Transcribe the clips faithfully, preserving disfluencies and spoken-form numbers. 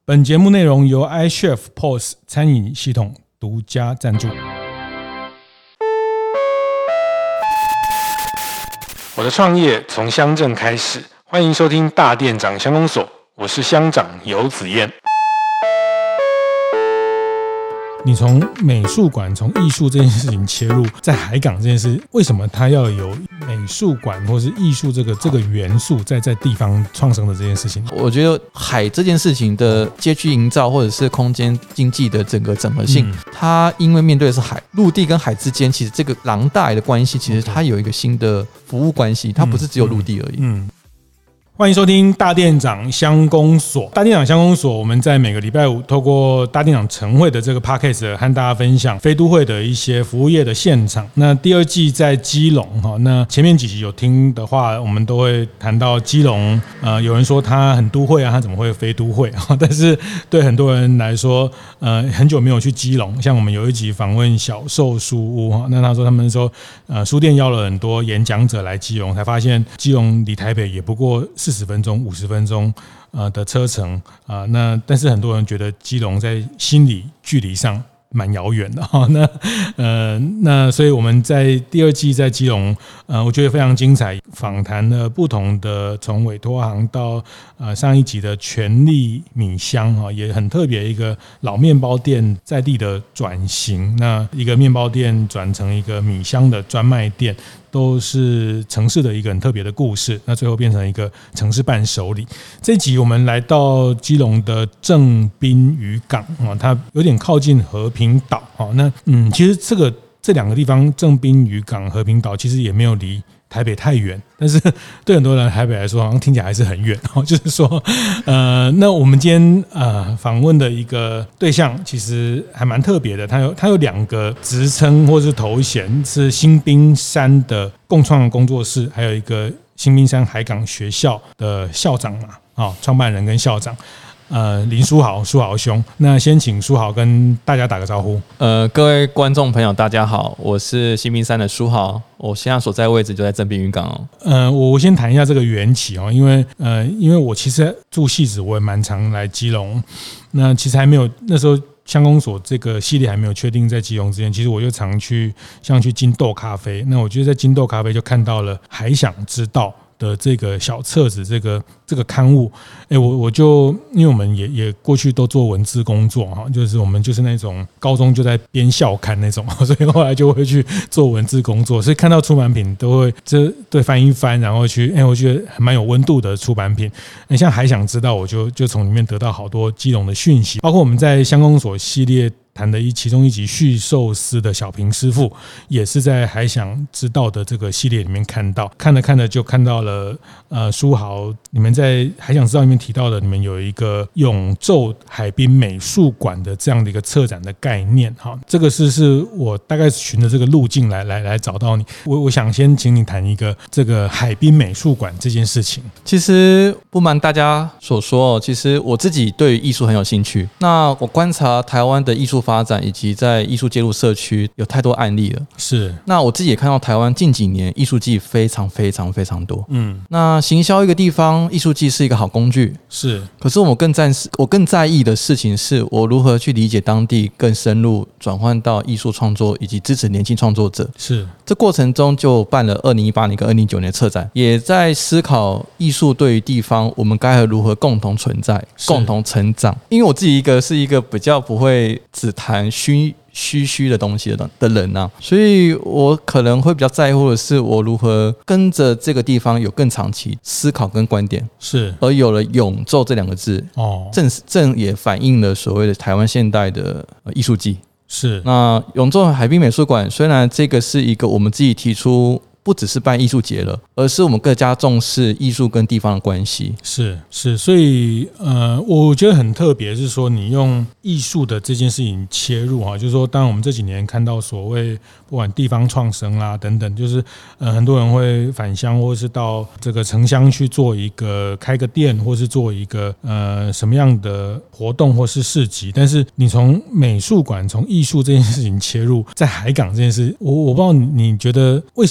本节目内容由 iChef P O S 餐饮系统独家赞助。我的创业从乡镇开始，欢迎收听大店长乡公所，我是乡长游子燕。你从美术馆、从艺术这件事情切入，在海港这件事，为什么它要有美术馆或是艺术这个这个元素在在地方创生的这件事情？ 我觉得海这件事情的街区营造或者是空间经济的整个整合性，嗯、它因为面对的是海，陆地跟海之间，其实这个廊带的关系，其实它有一个新的服务关系，它不是只有陆地而已。嗯。嗯欢迎收听大店长乡公所。大店长乡公所，我们在每个礼拜五透过大店长晨会的这个 podcast 和大家分享非都会的一些服务业的现场。那第二季在基隆哈，那前面几集有听的话，我们都会谈到基隆。呃，有人说它很都会啊，它怎么会非都会？但是对很多人来说，呃，很久没有去基隆。像我们有一集访问小寿书屋哈，那他说他们说，呃，书店邀了很多演讲者来基隆，才发现基隆离台北也不过四十分钟、五十分钟呃的车程啊、呃，那但是很多人觉得基隆在心理距离上蛮遥远的哈。那呃那所以我们在第二季在基隆，呃，我觉得非常精彩，访谈了不同的从委托行到呃上一集的全力米香哈，也很特别一个老面包店在地的转型，那一个面包店转成一个米香的专卖店。都是城市的一个很特别的故事，那最后变成一个城市伴手礼。这一集我们来到基隆的正滨渔港啊，它有点靠近和平岛啊。那嗯，其实这个这两个地方，正滨渔港、和平岛，其实也没有离台北太远，但是对很多人台北来说，好像听起来还是很远哦。就是说，呃，那我们今天呃访问的一个对象，其实还蛮特别的。他有他有两个职称或是头衔，是新冰山的共创工作室，还有一个新冰山海港学校的校长嘛，啊，创办人跟校长。呃，林书豪，书豪兄，那先请书豪跟大家打个招呼。 呃，各位观众朋友，大家好，我是新冰山的书豪，我现在所在位置就在正滨渔港哦。 呃，我先谈一下这个缘起哦，因为呃，因为我其实住汐止，我也蛮常来基隆。那其实还没有那时候乡公所这个系列还没有确定在基隆之前，其实我就常去像去金豆咖啡。那我觉得在金豆咖啡就看到了还想知道的这个小册子，这个这个刊物，哎，我我就因为我们也也过去都做文字工作哈，就是我们就是那种高中就在编校刊那种，所以后来就会去做文字工作，所以看到出版品都会这对翻一翻，然后去哎，我觉得蛮有温度的出版品。你像还想知道，我就就从里面得到好多基隆的讯息，包括我们在乡公所系列谈的一其中一集续寿司的小平师傅，也是在还想知道的这个系列里面看到，看着看着就看到了呃，书豪你们在还想知道里面提到的，你们有一个永昼海滨美术馆的这样的一个策展的概念哈，这个是是我大概循着这个路径来来来找到你。我我想先请你谈一个这个海滨美术馆这件事情。 其实不瞒大家所说，其实我自己对于艺术很有兴趣。那我观察台湾的艺术发展以及在艺术介入社区有太多案例了。 是， 那我自己也看到台湾近几年艺术季非常非常非常多。嗯，那行销一个地方，艺术季是一个好工具。 是， 可是我更在我更在意的事情是我如何去理解当地，更深入转换到艺术创作以及支持年轻创作者。 是， 这过程中就办了二零一八年跟二零一九年的策展，也在思考艺术对于地方我们该如何共同存在、共同成长。因为我自己一个是一个比较不会只谈虚虚虚的东西的的人啊，所以我可能会比较在乎的是我如何跟着这个地方有更长期思考跟观点， 是而有了永昼这两个字哦，正正也反映了所谓的台湾现代的艺术季。 是， 那永昼海滨美术馆虽然这个是一个我们自己提出，不只是办艺术节了，而是我们更加重视艺术跟地方的关系。 是是，所以呃，我觉得很特别，是说你用艺术的这件事情切入哈，就是说，当然我们这几年看到所谓不管地方创生啦等等，就是呃很多人会返乡，或是到这个城乡去做一个开个店，或是做一个呃什么样的活动或是市集，但是你从美术馆、从艺术这件事情切入，在海港这件事，我我不知道你觉得为什么他要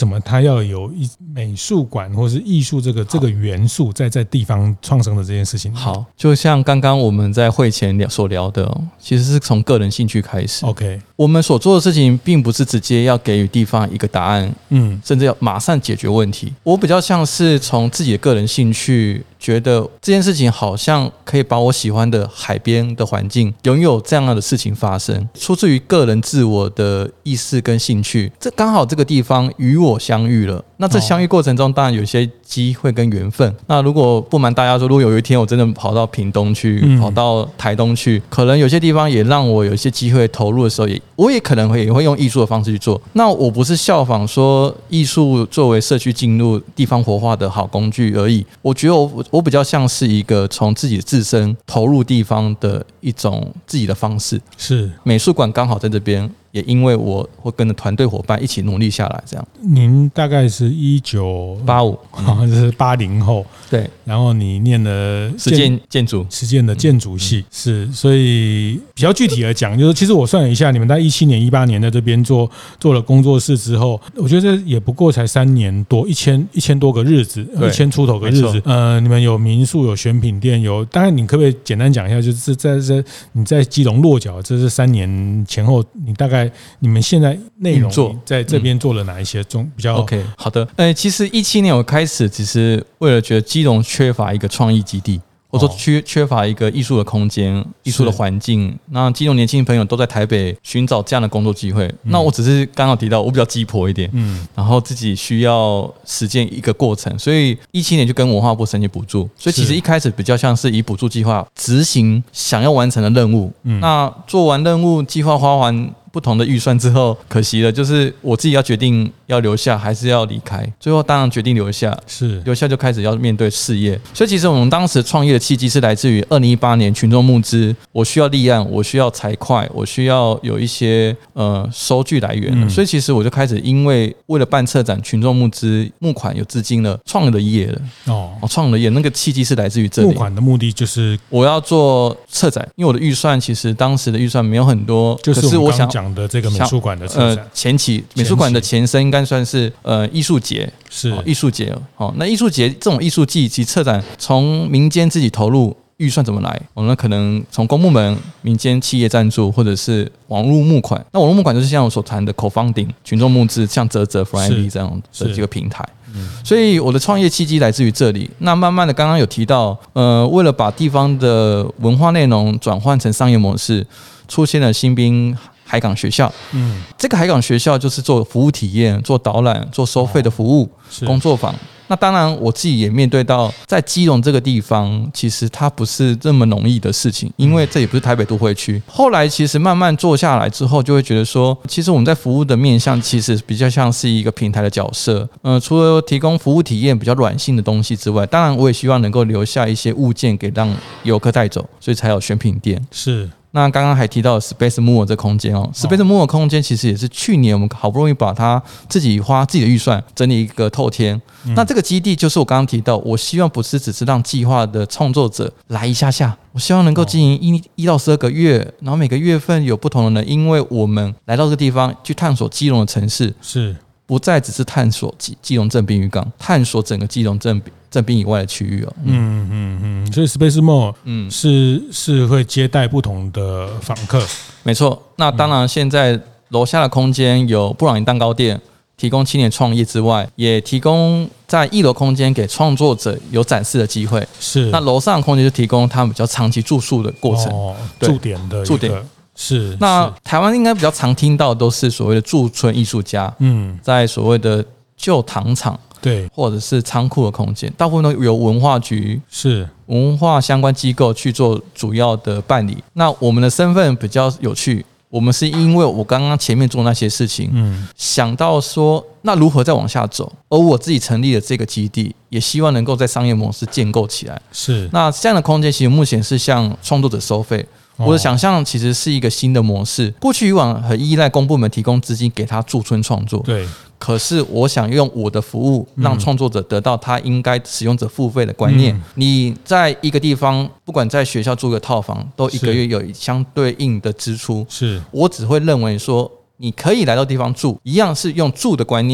要有一美术馆或是艺术这个这个元素在在地方创生的这件事情。 好，就像刚刚我们在会前聊所聊的、哦，其实是从个人兴趣开始。 OK， 我们所做的事情并不是直接要给予地方一个答案，嗯，甚至要马上解决问题。我比较像是从自己的个人兴趣，觉得这件事情好像可以把我喜欢的海边的环境拥有这样的事情发生，出自于个人自我的意识跟兴趣。这刚好这个地方与我相遇了，那这相遇过程中当然有一些机会跟缘分。那如果不瞒大家说，如果有一天我真的跑到屏东去、嗯、跑到台东去，可能有些地方也让我有一些机会投入的时候，也我也可能会也会用艺术的方式去做。那我不是效仿说艺术作为社区进入地方活化的好工具而已，我觉得我我比较像是一个从自己自身投入地方的一种自己的方式。 是美术馆刚好在这边，也因为我会跟着团队伙伴一起努力下来，这样。 您大概是一九八五， 好像是八零后， 对。 然后你念了实践建筑， 实践的建筑系、嗯、是，所以比较具体的讲，就是其实我算了一下，你们在一七年、一八年在这边做做了工作室之后，我觉得这也不过才三年多，一千一千多个日子，一千出头个日子。呃，你们有民宿，有选品店，有，当然你可不可以简单讲一下，就是在这你在基隆落脚，这是三年前后，你大概你们现在内容在这边做了哪一些中比较 OK？ 好的，呃，其实一七年我开始只是为了觉得基隆缺乏一个创意基地。或者说缺缺乏一个艺术的空间、艺术的环境，那基隆年轻朋友都在台北寻找这样的工作机会。嗯、那我只是刚刚提到，我比较鸡婆一点，嗯，然后自己需要实践一个过程，所以一七年就跟文化部申请补助。所以其实一开始比较像是以补助计划执行想要完成的任务。嗯，那做完任务，计划花完不同的预算之后，可惜了，就是我自己要决定要留下还是要离开。最后当然决定留下，是留下就开始要面对事业。所以其实我们当时创业的契机是来自于二零一八年群众募资，我需要立案，我需要财会，我需要有一些呃收据来源、嗯。所以其实我就开始因为为了办策展，群众募资募款有资金了，创了业了。哦，创了业，那个契机是来自于这里。 募款的目的就是我要做策展，因为我的预算其实当时的预算没有很多， 就是可是我想讲的这个美术馆的策展、呃、 前期美术馆的前身应该算是呃艺术节，是艺术节哦。那艺术节这种艺术季及策展，从民间自己投入预算怎么来？我们可能从公部门、民间企业赞助，或者是网络募款。那网络募款就是像我所谈的 co-funding 群众募资，像嘖嘖 Friendly 这样的几个平台。所以我的创业契机来自于这里。那慢慢的，刚刚有提到，呃，为了把地方的文化内容转换成商业模式，出现了新滨海港学校。嗯，这个海港学校就是做服务体验、做导览、做收费的服务、哦、工作坊。那当然，我自己也面对到，在基隆这个地方，其实它不是这么容易的事情，因为这也不是台北都会区。后来其实慢慢做下来之后，就会觉得说，其实我们在服务的面向，其实比较像是一个平台的角色。呃，除了提供服务体验比较软性的东西之外，当然我也希望能够留下一些物件给让游客带走，所以才有选品店。是。那刚刚还提到 Space Moore 这空间哦 ，Space Moore 空间其实也是去年我们好不容易把它自己花自己的预算整理一个透天。嗯、那这个基地就是我刚刚提到，我希望不是只是让计划的创作者来一下下，我希望能够经营一一到十二个月，然后每个月份有不同的人，因为我们来到这个地方去探索基隆的城市，是不再只是探索基基隆正滨渔港，探索整个基隆正滨。正滨以外的区域哦，嗯嗯嗯，所以 Space Mall 嗯是是会接待不同的访客， 没错。那当然，现在楼下的空间有布朗尼蛋糕店，提供青年创业之外，也提供在一楼空间给创作者有展示的机会。是，那楼上的空间就提供他们比较长期住宿的过程，哦、 驻点的驻点。是， 那台湾应该比较常听到都是所谓的驻村艺术家，嗯，在所谓的旧糖厂。对，或者是仓库的空间，大部分都由文化局是文化相关机构去做主要的办理。那我们的身份比较有趣，我们是因为我刚刚前面做那些事情，嗯，想到说那如何再往下走，而我自己成立了这个基地，也希望能够在商业模式建构起来。是，那这样的空间其实目前是向创作者收费。我的想象其实是一个新的模式，过去以往很依赖公部门提供资金给他驻村创作，对。可是我想用我的服务让创作者得到他应该使用者付费的观念。嗯、你在一个地方，不管在学校租个套房，都一个月有相对应的支出。是我只会认为说，你可以来到地方住，一样是用住的观念。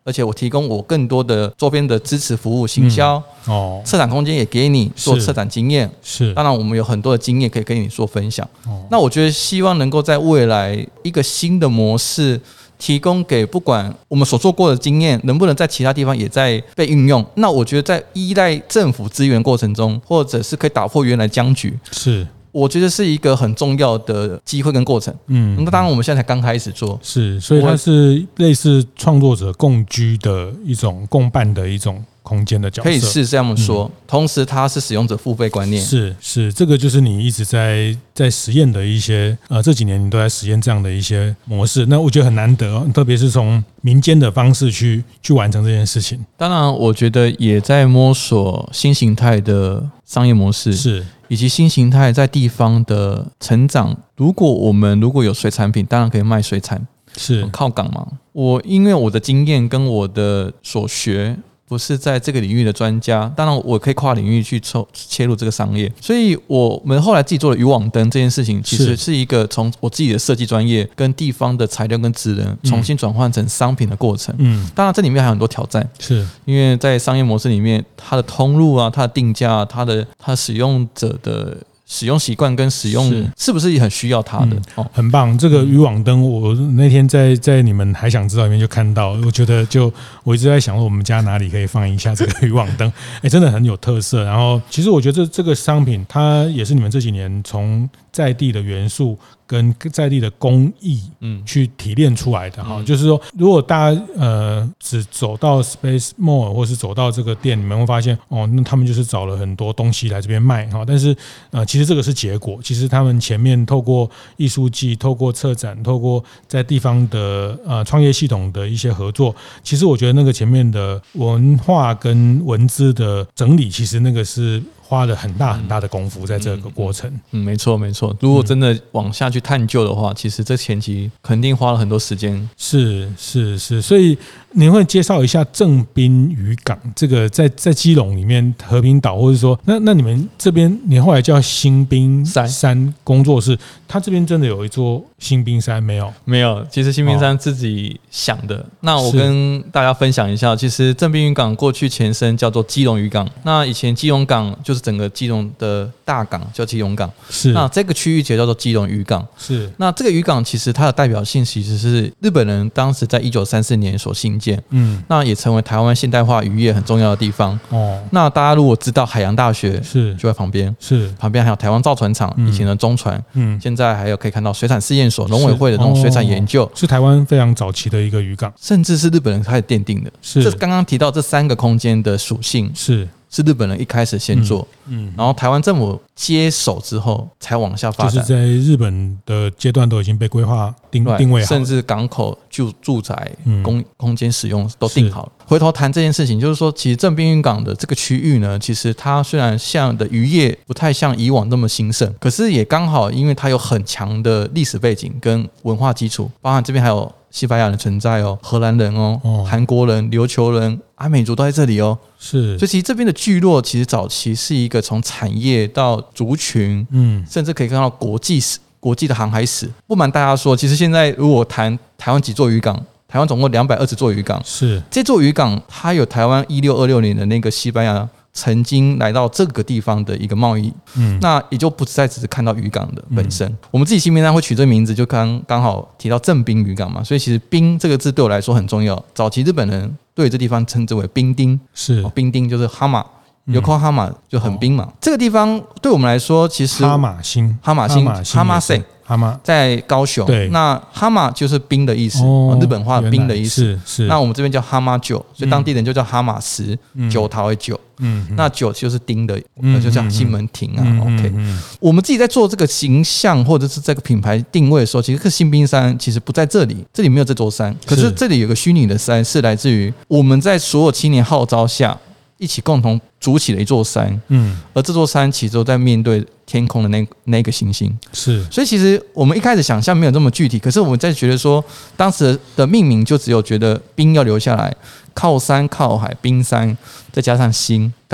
而且我提供我更多的周边的支持服务、行销、嗯哦、策展空间也给你做策展经验。 是， 当然我们有很多的经验可以跟你做分享。哦、那我觉得希望能够在未来一个新的模式。提供给不管我们所做过的经验能不能在其他地方也在被运用，那我觉得在依赖政府资源过程中，或者是可以打破原来僵局， 是我觉得是一个很重要的机会跟过程。嗯，那当然我们现在才刚开始做， 是，所以它是类似创作者共居的一种共办的一种空间的角色， 可以是这样说、嗯、同时它是使用者付费观念， 是是，这个就是你一直在在实验的一些呃这几年你都在实验这样的一些模式，那我觉得很难得，特别是从民间的方式去去完成这件事情。 当然我觉得也在摸索新形态的商业模式， 是以及新形态在地方的成长。如果我们如果有水产品，当然可以卖水产， 是靠港嘛。我因为我的经验跟我的所学不是在这个领域的专家，当然我可以跨领域去切入这个商业，所以我们后来自己做的渔网灯这件事情，其实是一个从我自己的设计专业跟地方的材料跟职能重新转换成商品的过程。嗯，当然这里面还有很多挑战， 是因为在商业模式里面，它的通路啊、它的定价、它的它使用者的使用习惯跟使用 是, 是不是也很需要它的、嗯哦、很棒。这个渔网灯我那天在在你们还想知道里面就看到，我觉得就我一直在想说我们家哪里可以放一下这个渔网灯哎，真的很有特色。然后其实我觉得 这, 这个商品它也是你们这几年从在地的元素跟在地的工艺去提炼出来的哈、嗯，就是说，如果大家呃只走到 Space Mall 或是走到这个店，你们会发现哦，那他们就是找了很多东西来这边卖哈。但是呃，其实这个是结果，其实他们前面透过艺术季、透过策展、透过在地方的呃创业系统的一些合作，其实我觉得那个前面的文化跟文字的整理，其实那个是花了很大很大的功夫在这个过程。 嗯，没错没错。如果真的往下去探究的话，其实这前期肯定花了很多时间。 是是是，所以您会介绍一下正滨渔港这个在在基隆里面和平岛，或者说那那你们这边你后来叫新滨山工作室，它这边真的有一座新滨山没有？ 没有，其实新滨山自己想的。哦、那我跟大家分享一下，其实正滨渔港过去前身叫做基隆渔港，那以前基隆港就是整个基隆的大港叫基隆港， 是那这个区域就叫做基隆渔港。 是那这个渔港其实它的代表性其实是日本人当时在一九三四年所兴建，嗯，那也成为台湾现代化渔业很重要的地方。哦，那大家如果知道海洋大学是就在旁边， 是旁边还有台湾造船厂、嗯、以前的中船，嗯，现在还有可以看到水产试验所、农委会的那种水产研究， 是, 哦、是台湾非常早期的一个渔港， 甚至是日本人开始奠定的。是这刚刚提到这三个空间的属性是。 是日本人一开始先做，嗯，嗯然后台湾政府接手之后才往下发展， 就是在日本的阶段都已经被规划定定位好， 甚至港口住住宅、公空间使用都定好了。回头谈这件事情，就是说，其实正滨渔港的这个区域呢，其实它虽然像的渔业不太像以往那么兴盛，可是也刚好因为它有很强的历史背景跟文化基础，包含这边还有西班牙人存在哦，荷兰人哦，韩、哦、国人、琉球人、阿美族都在这里哦。 是， 所以其实这边的聚落其实早期是一个从产业到族群，嗯，甚至可以看到国际史、国际的航海史。不瞒大家说，其实现在如果谈台湾几座渔港，台湾总共两百二十座渔港， 是这座渔港它有台湾一六二六年的那个西班牙曾经来到这个地方的一个贸易，嗯，那也就不再只是看到渔港的本身。嗯、我们自己新名单会取这个名字，就刚刚好提到正滨渔港嘛，所以其实滨这个字对我来说很重要。早期日本人对这地方称之为滨町， 是、 哦、滨町就是哈马。有空哈马就横滨嘛、哦，这个地方对我们来说，其实哈马星、 哈马星、哈马塞、 哈马在高雄。 对， 那哈马就是冰的意思，哦、日本话冰的意思。 是是。 那我们这边叫哈马酒，所以当地人就叫哈马石，嗯、酒桃的酒。嗯，那酒就是丁的，嗯、就叫西门町啊。嗯、OK，、嗯、我们自己在做这个形象或者是这个品牌定位的时候，其实新滨山其实不在这里，这里没有这座山，可是这里有个虚拟的山，是来自于我们在所有青年号召下。一起共同筑起了一座山，嗯，而这座山其实都在面对天空的那那个星星， 是， 所以其实我们一开始想象没有这么具体，可是我们在觉得说，当时的命名就只有觉得冰要留下来，靠山靠海，冰山再加上星，代表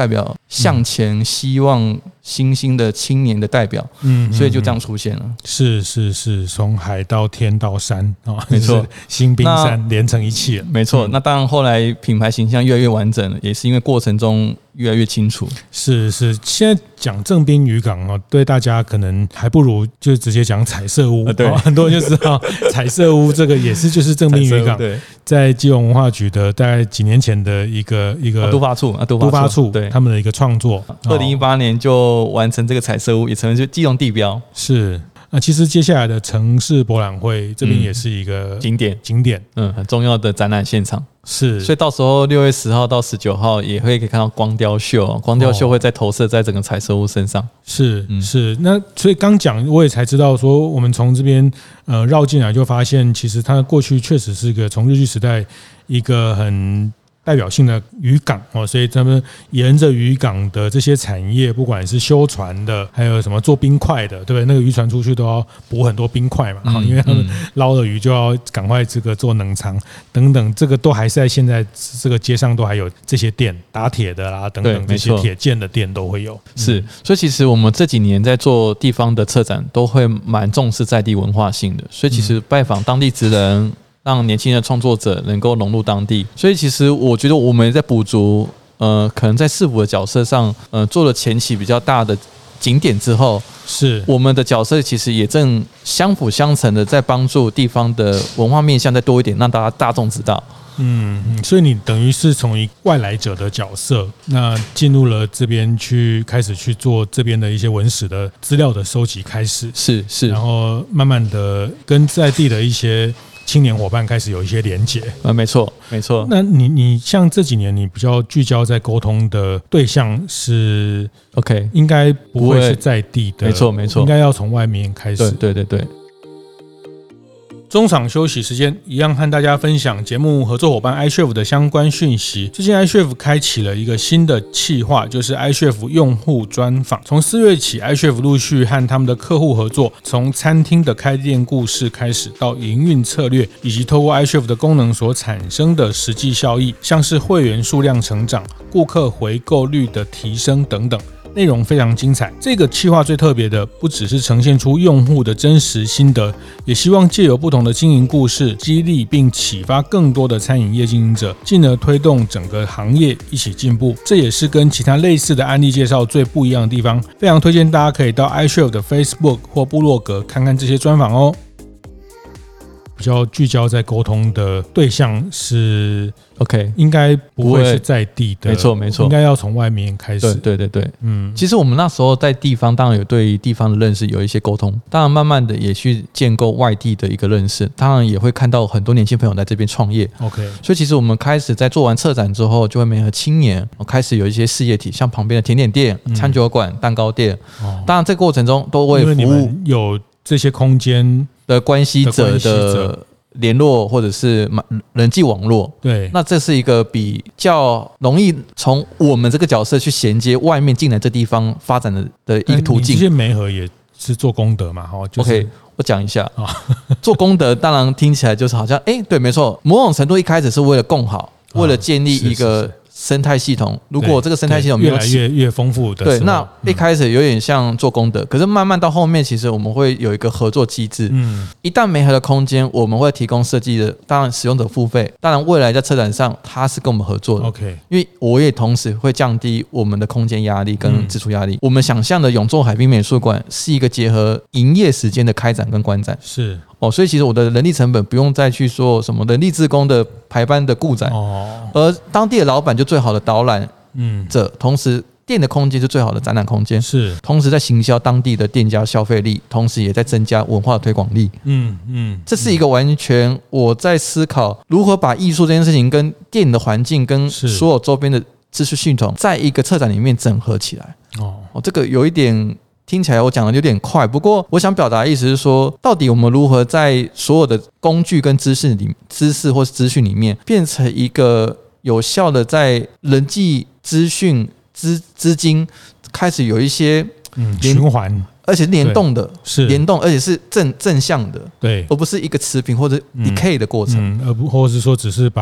向前希望新兴的青年的代表，嗯，所以就这样出现了。 是是是，从海到天到山啊， 没错， 新冰山连成一气了。 没错，那当然后来品牌形象越来越完整了，也是因为过程中越来越清楚。 是是，现在讲正滨渔港哦，对大家可能还不如就直接讲彩色屋。对，很多人就知道彩色屋这个也是就是正滨渔港在基隆文化局的大概几年前的一个一个都发处啊， 都发处对他们的一个创作。 二零一八年就完成这个彩色屋，也成为就基隆地标。 是。那其实接下来的城市博览会这边也是一个景点， 景点， 嗯，很重要的展览现场。 是， 所以到时候六月十号到十九号也会可以看到光雕秀，光雕秀会再投射在整个彩色屋身上。 是、嗯、是，那所以刚讲我也才知道说，我们从这边呃绕进来就发现，其实它过去确实是一个从日据时代一个很代表性的渔港哦，所以他们沿着渔港的这些产业，不管是修船的，还有什么做冰块的，对不对？那个渔船出去都要补很多冰块嘛，嗯、因为他们捞了鱼就要赶快这个做冷藏等等，这个都还是在现在这个街上都还有这些店，打铁的啦等等这些铁件的店都会有。 是，所以其实我们这几年在做地方的策展，都会蛮重视在地文化性的，所以其实拜访当地职人。让年轻的创作者能够融入当地，所以其实我觉得我们在补足，呃，可能在市府的角色上，呃，做了前期比较大的景点之后， 是我们的角色其实也正相辅相成的在帮助地方的文化面向再多一点，让大家大众知道。 嗯，所以你等于是从一外来者的角色，那进入了这边去开始去做这边的一些文史的资料的收集开始， 是是， 然后慢慢的跟在地的一些青年伙伴开始有一些连结。 呃，没错没错。 那你你像这几年你比较聚焦在沟通的对象是 OK， 应该不会是在地的， 没错没错， 应该要从外面开始。 对对对对。 中场休息时间，一样和大家分享节目合作伙伴 iChef 的相关讯息。最近 iChef 开启了一个新的企划，就是 iChef 用户专访。从四月起 ，iChef 陆续和他们的客户合作，从餐厅的开店故事开始，到营运策略，以及透过 iChef 的功能所产生的实际效益，像是会员数量成长、顾客回购率的提升等等。内容非常精彩。这个企划最特别的，不只是呈现出用户的真实心得，也希望借由不同的经营故事，激励并启发更多的餐饮业经营者，进而推动整个行业一起进步。这也是跟其他类似的案例介绍最不一样的地方。非常推荐大家可以到 iChef 的 Facebook 或部落格看看这些专访哦。比较聚焦在沟通的对象是 OK， 应该不会是在地的， 没错没错， 应该要从外面开始。 对对对对，嗯，其实我们那时候在地方，当然有对地方的认识有一些沟通，当然慢慢的也去建构外地的一个认识，当然也会看到很多年轻朋友在这边创业。 OK， 所以其实我们开始在做完策展之后，就会媒合青年，开始有一些事业体，像旁边的甜点店、嗯、餐酒馆、蛋糕店。哦、当然这个过程中都会服务， 因为你们有这些空间的关系者的联络或者是人际网络， 对， 那这是一个比较容易从我们这个角色去衔接外面进来这地方发展的的一个途径。 这些媒合也是做功德嘛，哈、就是、 ，OK， 我讲一下啊，做功德当然听起来就是好像，哎、欸，对，没错，某种程度一开始是为了共好，为了建立一个、啊。是是是生态系统，如果这个生态系统没有越来越越丰富的， 对，那一开始有点像做功德，嗯、可是慢慢到后面，其实我们会有一个合作机制。嗯，一旦媒合的空间，我们会提供设计的，当然使用者付费，当然未来在策展上，它是跟我们合作的。 OK， 因为我也同时会降低我们的空间压力跟支出压力。嗯、我们想象的永作海滨美术馆是一个结合营业时间的开展跟观展。 是。 哦，所以其实我的人力成本不用再去说什么人力志工的排班的顾展，哦，而当地的老板就最好的导览者，嗯，同时店的空间是最好的展览空间， 是， 同时在行销当地的店家消费力，同时也在增加文化的推广力，嗯嗯，这是一个完全我在思考如何把艺术这件事情跟电影的环境跟所有周边的知识系统在一个策展里面整合起来。哦，哦，这个有一点。听起来我讲的有点快，不过我想表达的意思是说，到底我们如何在所有的工具跟知识里、知识或是资讯里面，变成一个有效的在人际资讯、资资金开始有一些嗯循环， 而且联动的， 是联动，而且是正正向的， 对， 而不是一个持平或者 decay 的过程， 嗯，而不或者是说只是把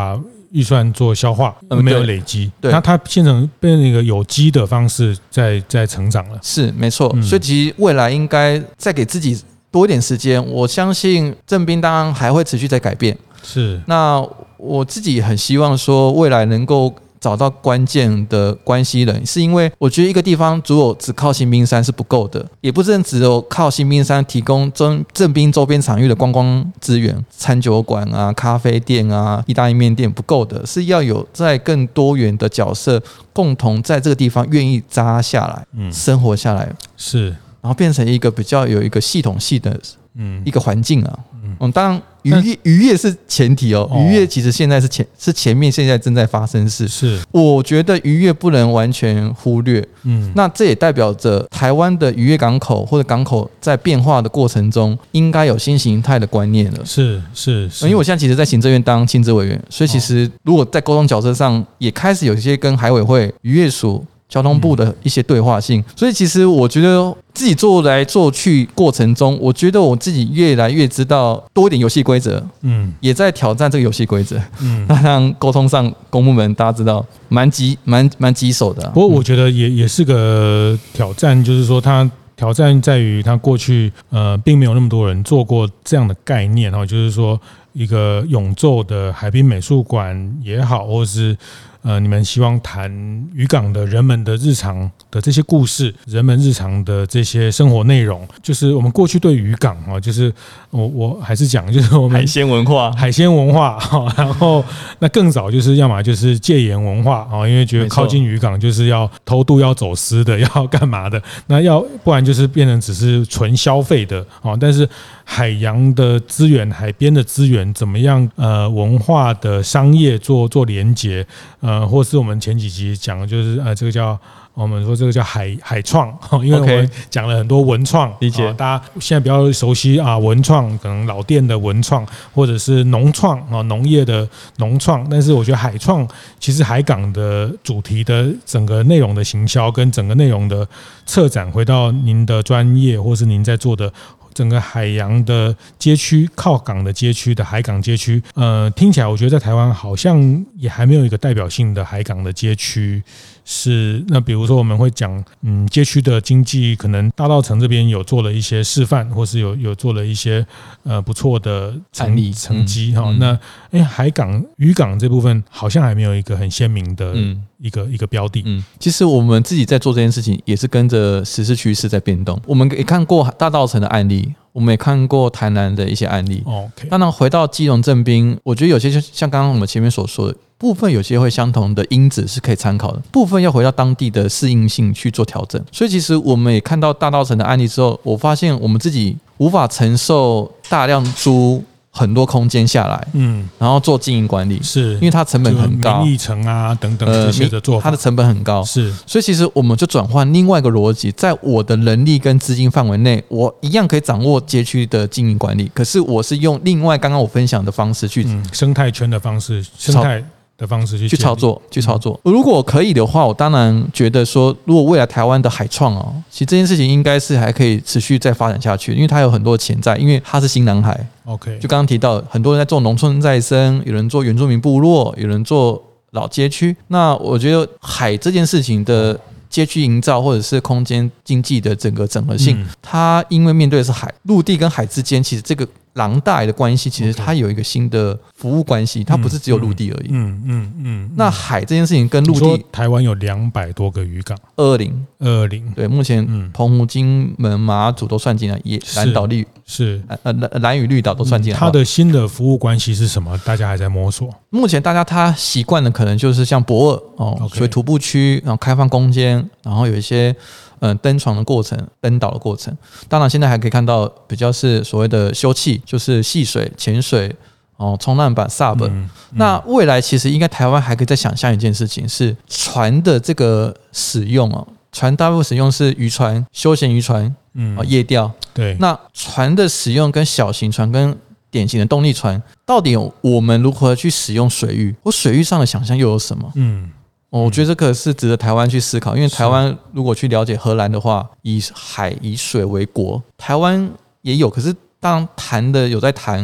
预算做消化， 嗯没有累积， 对那它变成变成一个有机的方式在在成长了。 是没错、 嗯， 所以其实未来应该再给自己多一点时间，我相信正滨当然还会持续在改变。 是， 那我自己很希望说未来能够找到关键的关系人，是因为我觉得一个地方如果只靠新兵山是不够的，也不是只有靠新兵山提供正正滨周边场域的观光资源，餐酒馆啊、咖啡店啊、意大利面店不够的，是要有在更多元的角色共同在这个地方愿意扎下来、嗯、生活下来， 是， 然后变成一个比较有一个系统性的一个环境啊。嗯，嗯当然渔业渔业是前提哦，渔业其实现在是前是前面现在正在发生事， 是， 我觉得渔业不能完全忽略。嗯，那这也代表着台湾的渔业港口或者港口在变化的过程中，应该有新形态的观念了。 是是是， 因为我现在其实，在行政院当亲职委员，所以其实如果在沟通角色上，也开始有一些跟海委会、渔业署、交通部的一些对话性，所以其实我觉得自己做来做去过程中，我觉得我自己越来越知道多一点游戏规则，嗯，也在挑战这个游戏规则，嗯，那让沟通上公部门大家知道蛮棘蛮蛮棘手的、啊。 不过我觉得也也是个挑战，就是说它挑战在于它过去呃并没有那么多人做过这样的概念哈，就是说一个永昼的海滨美术馆也好，或是呃，你们希望谈渔港的人们的日常的这些故事，人们日常的这些生活内容，就是我们过去对渔港啊，就是我我还是讲，就是我们海鲜文化， 海鲜文化哈，然后那更早就是要么就是戒严文化啊，因为觉得靠近渔港就是要偷渡、要走私的、要干嘛的，那要不然就是变成只是纯消费的啊，但是海洋的资源、海边的资源怎么样？呃，文化的商业做做连结，呃。呃，或是我们前几集讲的就是呃，这个叫我们说这个叫海海创，因为我们讲了很多文创， 理解。 大家现在比较熟悉啊，文创可能老店的文创，或者是农创啊，农业的农创。但是我觉得海创其实海港的主题的整个内容的行销跟整个内容的策展，回到您的专业或是您在做的。整个海洋的街区、靠港的街区的海港街区，呃，听起来我觉得在台湾好像也还没有一个代表性的海港的街区。是，那比如说我们会讲，嗯，街区的经济可能大稻埕这边有做了一些示范，或是有有做了一些呃不错的案例成绩哈。那哎，海港渔港这部分好像还没有一个很鲜明的一个、嗯、一个標的。 嗯，其实我们自己在做这件事情，也是跟着时事趋势在变动。我们也看过大稻埕的案例。我们也看过台南的一些案例， okay. 当然回到基隆正滨，我觉得有些像刚刚我们前面所说的部分，有些会相同的因子是可以参考的，部分要回到当地的适应性去做调整。所以其实我们也看到大稻埕的案例之后，我发现我们自己无法承受大量租很多空间下来，嗯，然后做经营管理， 是因为它成本很高， 民意城啊等等这些的做法， 它的成本很高， 是， 所以其实我们就转换另外一个逻辑，在我的能力跟资金范围内，我一样可以掌握街区的经营管理，可是我是用另外刚刚我分享的方式去、 嗯、生态圈的方式，生态。的方式去去操作，去操作。如果可以的话，我当然觉得说，如果未来台湾的海创哦，其实这件事情应该是还可以持续再发展下去，因为它有很多潜在，因为它是新南海。 OK， 就刚刚提到，很多人在做农村再生，有人做原住民部落，有人做老街区。那我觉得海这件事情的街区营造或者是空间经济的整个整合性，嗯、它因为面对的是海，陆地跟海之间，其实这个廊带的关系，其实它有一个新的服务关系，它不是只有陆地而已。嗯嗯嗯。那海这件事情跟陆地， 台湾有两百多个渔港， 二零二零， 对，目前澎湖、金门、马祖都算进来，也蓝岛绿是呃蓝屿绿岛都算进来。 它的新的服务关系是什么？大家还在摸索。 目前大家他习惯的可能就是像博尔哦，所以徒步区，然后开放空间，然后有一些。嗯，登船的过程，登岛的过程，当然现在还可以看到比较是所谓的休憩，就是戏水、潜水、哦，冲浪板、S U B、嗯嗯。那未来其实应该台湾还可以再想象一件事情，是船的这个使用哦，船大部分使用是渔船、休闲渔船，嗯，夜钓。对，那船的使用跟小型船跟典型的动力船，到底我们如何去使用水域？或水域上的想象又有什么？嗯。我觉得这个是值得台湾去思考，因为台湾如果去了解荷兰的话，以海以水为国，台湾也有，可是当谈的有在谈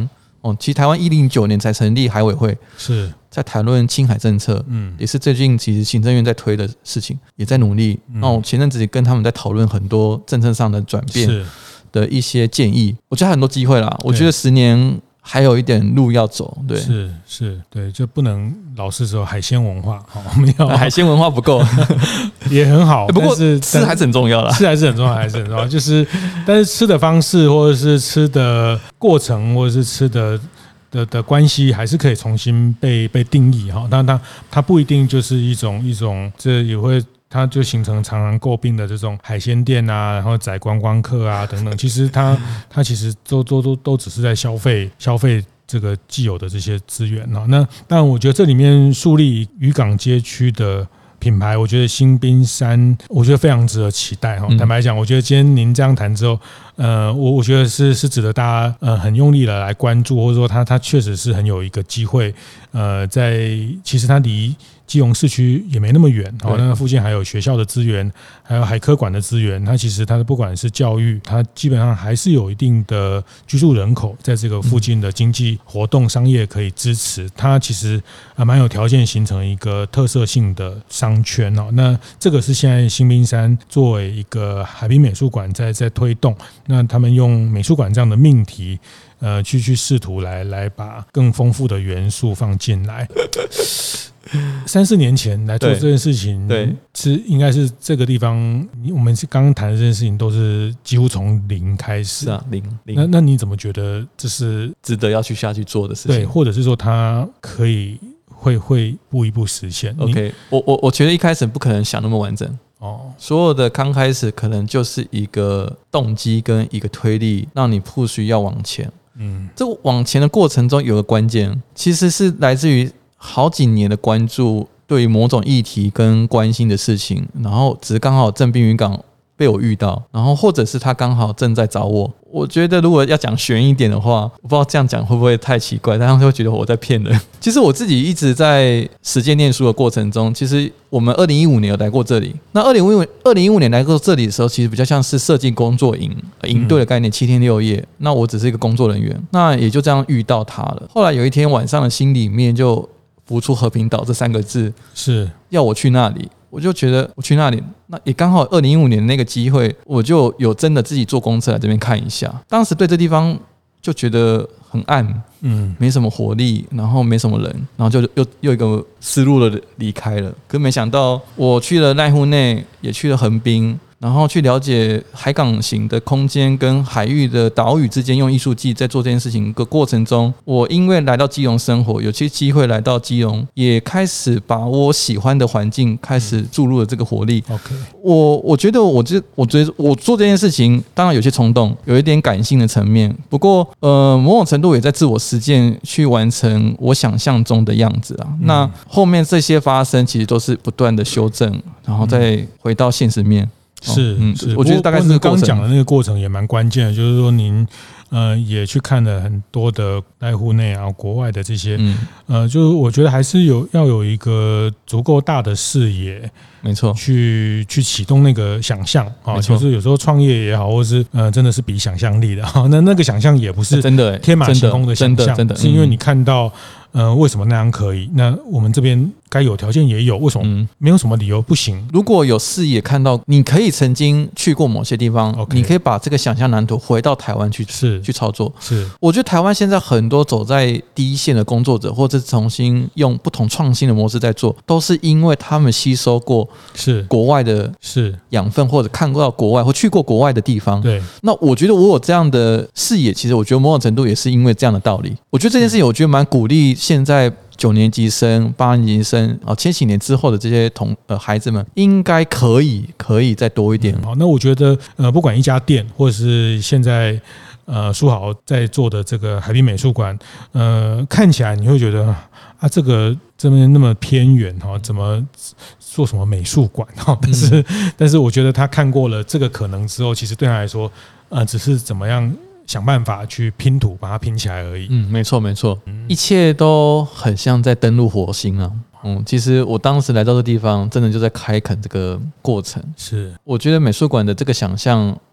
哦，其实台湾一零九年才成立海委会， 是在谈论青海政策，嗯，也是最近其实行政院在推的事情，也在努力。那、嗯、我前阵子跟他们在讨论很多政策上的转变的一些建议，我觉得还有很多机会啦。我觉得十年还有一点路要走，对， 是是，对，就不能老是说海鲜文化，我们要海鲜文化不够， 也很好， 不过是吃还是很重要啦， 吃还是很重要，还是很重要，就是但是吃的方式或者是吃的过程或者是吃的。的的关系还是可以重新被被定义哈，但它它不一定就是一种一种，这也会它就形成常常诟病的这种海鲜店啊，然后宰观光客啊等等，其实它它其实都都都都只是在消费消费这个既有的这些资源哈。那当然，我觉得这里面树立渔港街区的品牌，我觉得新冰山，我觉得非常值得期待哈。坦白讲，我觉得今天您这样谈之后。呃，我我觉得是是值得大家呃很用力的来关注，或者说它它确实是很有一个机会，呃，在其实它离基隆市区也没那么远，好，那附近还有学校的资源，还有海科馆的资源，它其实它不管是教育，它基本上还是有一定的居住人口在这个附近的经济活动、商业可以支持，它其实啊蛮有条件形成一个特色性的商圈哦。那这个是现在新冰山作为一个海滨美术馆在在推动。那他们用美术馆这样的命题，呃，去去试图来来把更丰富的元素放进来。三四年前来做这件事情，对，是应该是这个地方，我们是刚刚谈的这件事情，都是几乎从零开始， 是啊，零零。 那那你怎么觉得这是值得要去下去做的事情？ 对，或者是说它可以会会一步一步实现 ？OK， 我我我觉得一开始不可能想那么完整。哦，所有的刚开始可能就是一个动机跟一个推力，让你 push 要往前。嗯，这往前的过程中有个关键，其实是来自于好几年的关注，对于某种议题跟关心的事情，然后只是刚好正滨渔港被我遇到，然后或者是他刚好正在找我。我觉得如果要讲悬一点的话，我不知道这样讲会不会太奇怪，他们会觉得我在骗人。其实我自己一直在实践念书的过程中，其实我们二零一五年有来过这里。那二零一五年来过这里的时候，其实比较像是设计工作营营队的概念，七天六夜。那我只是一个工作人员，那也就这样遇到他了。后来有一天晚上的心里面就浮出和平岛这三个字， 是要我去那里。我就觉得我去那里，那也刚好二零一五年的那个机会，我就有真的自己坐公车来这边看一下。当时对这地方就觉得很暗，嗯，没什么活力，然后没什么人，然后就又又一个思路的离开了。可没想到我去了濑户内，也去了横滨。然后去了解海港型的空间跟海域的岛屿之间用艺术技在做这件事情的过程中，我因为来到基隆生活，有些机会来到基隆，也开始把我喜欢的环境开始注入了这个活力。 OK， 我我觉得我这我觉得我做这件事情，当然有些冲动，有一点感性的层面，不过呃某种程度也在自我实践去完成我想象中的样子啊。嗯、那后面这些发生，其实都是不断的修正，然后再回到现实面。 是，嗯，是， 我觉得大概是刚讲的那个过程也蛮关键的，就是说您呃也去看了很多的濑户内啊、国外的这些，嗯、呃，就是我觉得还是有要有一个足够大的视野， 没错， 去去启动那个想象啊，就是有时候创业也好，或是呃真的是比想象力的哈，那那个想象也不是真的天马行空的想象， 真的是因为你看到。呃，为什么那样可以？那我们这边该有条件也有，为什么没有什么理由不行？ 如果有视野看到，你可以曾经去过某些地方， okay, 你可以把这个想象蓝图回到台湾去， 是去操作。 是， 我觉得台湾现在很多走在第一线的工作者，或者重新用不同创新的模式在做，都是因为他们吸收过是国外的是养分，或者看过到国外或去过国外的地方。 对， 那我觉得我有这样的视野，其实我觉得某种程度也是因为这样的道理。我觉得这件事情，我觉得蛮鼓励现在。九年级生、八年级生啊，千禧年之后的这些同呃孩子们，应该可以可以再多一点。 好，那我觉得呃，不管一家店，或者是现在呃书豪在做的这个海滨美术馆，呃，看起来你会觉得啊，这个这边那么偏远哈，怎么做什么美术馆哈？但是、嗯、但是我觉得他看过了这个可能之后，其实对他来说，呃，只是怎么样。想办法去拼图，把它拼起来而已。 嗯，没错没错，嗯、一切都很像在登陆火星啊。嗯，其实我当时来到这地方，真的就在开垦这个过程。 是， 我觉得美术馆的这个想象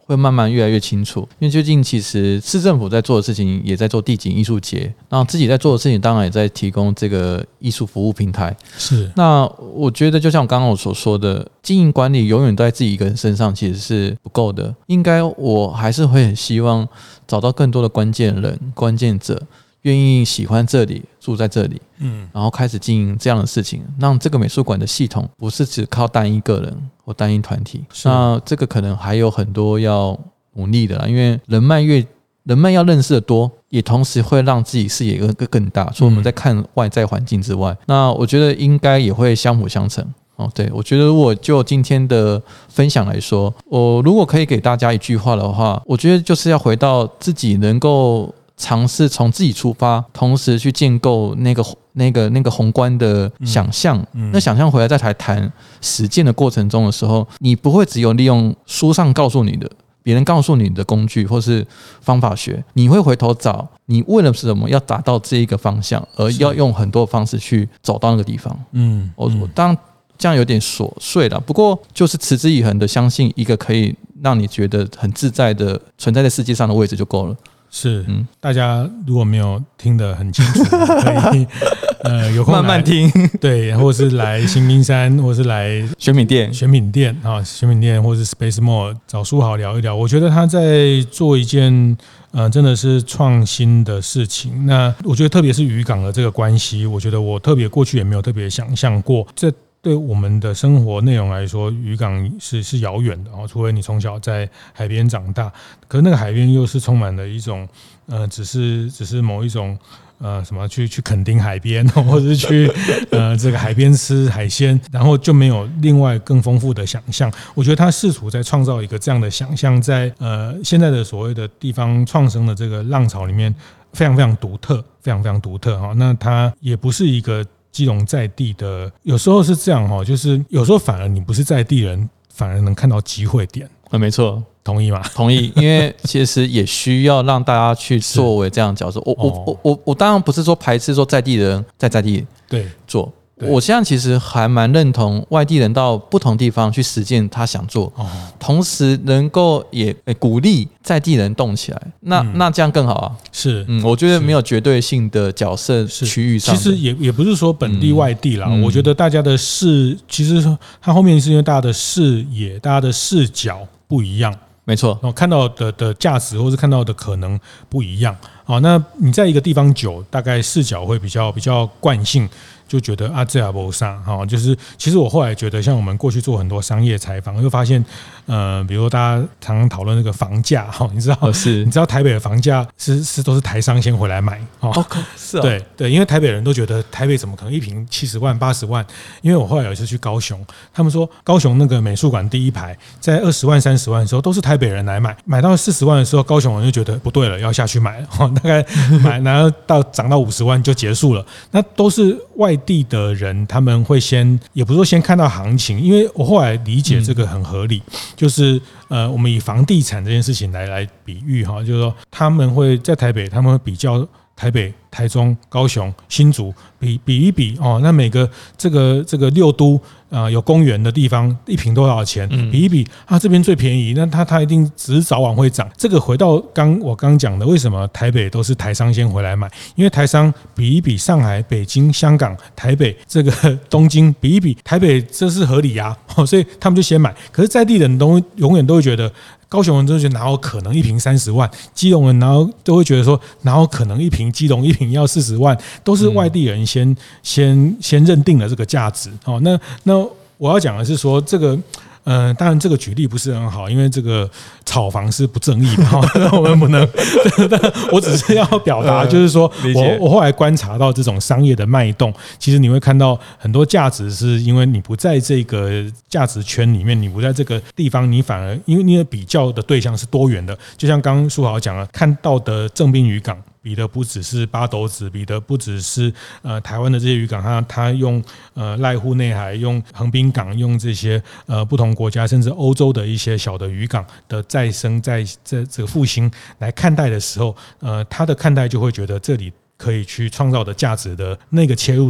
会慢慢越来越清楚。因为最近其实市政府在做的事情也在做地景艺术节，然后自己在做的事情当然也在提供这个艺术服务平台。 是， 那我觉得就像刚刚我所说的，经营管理永远都在自己一个人身上其实是不够的，应该我还是会很希望找到更多的关键人、关键者，愿意喜欢这里、住在这里，嗯，然后开始经营这样的事情，让这个美术馆的系统不是只靠单一个人或单一团体。那这个可能还有很多要努力的啦，因为人脉越人脉要认识的多，也同时会让自己视野更更大。所以我们在看外在环境之外，嗯、那我觉得应该也会相辅相成。哦，对，我觉得如果就今天的分享来说，我如果可以给大家一句话的话，我觉得就是要回到自己能够尝试从自己出发，同时去建构那个那个那个宏观的想象、嗯嗯、那想象回来再来谈实践的过程中的时候，你不会只有利用书上告诉你的别人告诉你的工具或是方法学，你会回头找你为了什么要达到这一个方向，而要用很多方式去走到那个地方。嗯，我我当然这样有点琐碎了，不过就是持之以恒的相信一个可以让你觉得很自在的存在在世界上的位置就够了。是，嗯， 大家如果没有听得很清楚，可以呃有空慢慢听， 对，或是来新兵山，或是来选品店、 选品店啊，选品店，或是 Space Mall 找书豪聊一聊。我觉得他在做一件呃真的是创新的事情。那我觉得特别是渔港的这个关系，我觉得我特别过去也没有特别想象过这。对我们的生活内容来说，渔港是是遥远的哦，除非你从小在海边长大，可是那个海边又是充满了一种呃，只是只是某一种呃什么去去垦丁海边，或者是去呃这个海边吃海鲜，然后就没有另外更丰富的想象。我觉得他试图在创造一个这样的想象，在呃现在的所谓的地方创生的这个浪潮里面，非常非常独特，非常非常独特哈。那它也不是一个基隆在地的，有时候是这样哈，就是有时候反而你不是在地人，反而能看到机会点。 啊，没错， 同意吗？ 同意，因为其实也需要让大家去作为这样的角色。我我我我我当然不是说排斥说在地人在在地对做。我现在其实还蛮认同外地人到不同地方去实践他想做，哦、同时能够也鼓励在地人动起来，那、嗯、那这样更好啊。 是， 嗯，我觉得没有绝对性的角色区域上， 其实也也不是说本地外地啦。嗯、我觉得大家的视，其实它后面是因为大家的视野、大家的视角不一样。 没错， 看到的的价值或是看到的可能不一样。好，那你在一个地方久，大概视角会比较比较惯性。就觉得啊，这也没啥哈，就是其实我后来觉得，像我们过去做很多商业采访，又发现，呃，比如大家常常讨论那个房价哈，你知道、哦、是，你知道台北的房价是是都是台商先回来买哦， 哦是啊、哦， 对对，因为台北人都觉得台北怎么可能一坪七十万八十万？因为我后来有一次去高雄，他们说高雄那个美术馆第一排在二十万三十万的时候，都是台北人来买，买到四十万的时候，高雄人就觉得不对了，要下去买了，哦、大概买然后到涨到五十万就结束了，那都是外地的人，他们会先也不是说先看到行情，因为我后来理解这个很合理，嗯、就是呃，我们以房地产这件事情来来比喻哈，就是说他们会在台北，他们会比较台北、台中、高雄、新竹比比一比哦，那每个这个这个六都啊、呃、有公园的地方，一坪多少钱？比一比啊，这边最便宜，那它它一定只是早晚会涨。这个回到刚我刚讲的，为什么台北都是台商先回来买？因为台商比一比上海、北京、香港、台北这个东京比一比，台北这是合理啊，哦、所以他们就先买。可是在地人都永远都会觉得。高雄人都觉得哪有可能一坪三十万，基隆人然后都会觉得说哪有可能一坪基隆一坪要四十万，都是外地人先、嗯、先先认定了这个价值。哦，那那我要讲的是说这个。呃，当然这个举例不是很好，因为这个炒房是不正义的，我们不能。但我只是要表达，就是说我我后来观察到这种商业的脉动，其实你会看到很多价值是因为你不在这个价值圈里面，你不在这个地方，你反而因为你的比较的对象是多元的，就像刚刚书豪讲了，看到的正滨渔港。比的不只是八斗子，比的不只是呃台湾的这些渔港，它它用呃濑户内海、用横滨港、用这些呃不同国家甚至欧洲的一些小的渔港的再生、在这这个复兴来看待的时候，呃，他的看待就会觉得这里可以去创造的价值的那个切入的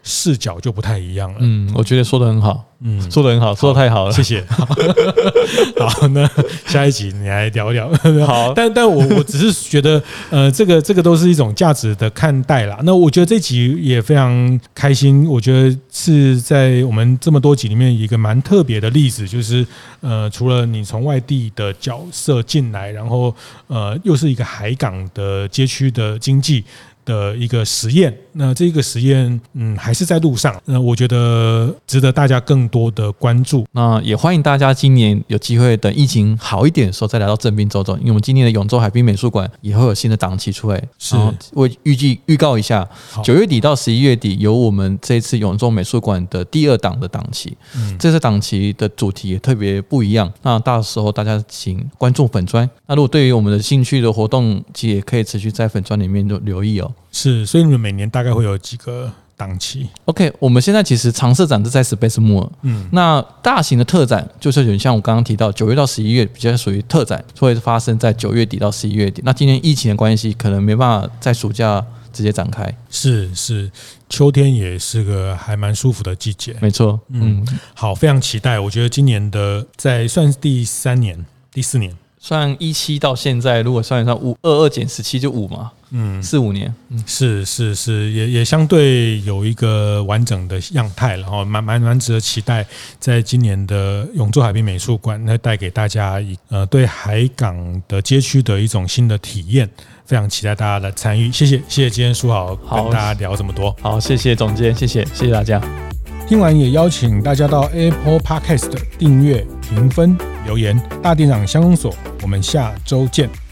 视角就不太一样了。 嗯，我觉得说得很好。嗯，说得很好，说得太好了， 谢谢。好，那下一集你来聊聊。 好， 但但我我只是觉得，呃，这个这个都是一种价值的看待啦。那我觉得这集也非常开心，我觉得是在我们这么多集里面一个蛮特别的例子，就是呃，除了你从外地的角色进来，然后呃，又是一个海港的街区的经济的一个实验，那这个实验嗯还是在路上，那我觉得值得大家更多的关注。 那也欢迎大家今年有机会等疫情好一点的时候再来到正滨走走，因为我们今年的永州海滨美术馆也会有新的档期出来。 是， 我预计预告一下，九月底到十一月底有我们这一次永州美术馆的第二档的档期，嗯，这次档期的主题也特别不一样。那到时候大家请关注粉专，那如果对于我们的兴趣的活动，其实也可以持续在粉专里面就留意哦。 是，所以你们每年大概会有几个档期 ？OK， 我们现在其实常设展是在 Space Mall， 嗯，那大型的特展就是有点像我刚刚提到，九月到十一月比较属于特展，会发生在九月底到十一月底。那今年疫情的关系，可能没办法在暑假直接展开。 是是，秋天也是个还蛮舒服的季节。 没错，嗯， 好，非常期待。我觉得今年的在算是第三年、第四年。 算一七到现在，如果算一算五二二减十七就五嘛，嗯，四五年，嗯， 是是是，也也相对有一个完整的样态，然后蛮蛮蛮值得期待，在今年的永州海滨美术馆，那带给大家一呃对海港的街区的一种新的体验，非常期待大家的参与。谢谢谢谢今天书豪跟大家聊这么多， 好，谢谢总监，谢谢谢谢大家。 听完也邀请大家到 Apple Podcast 订阅、评分、留言。大店长乡公所，我们下周见。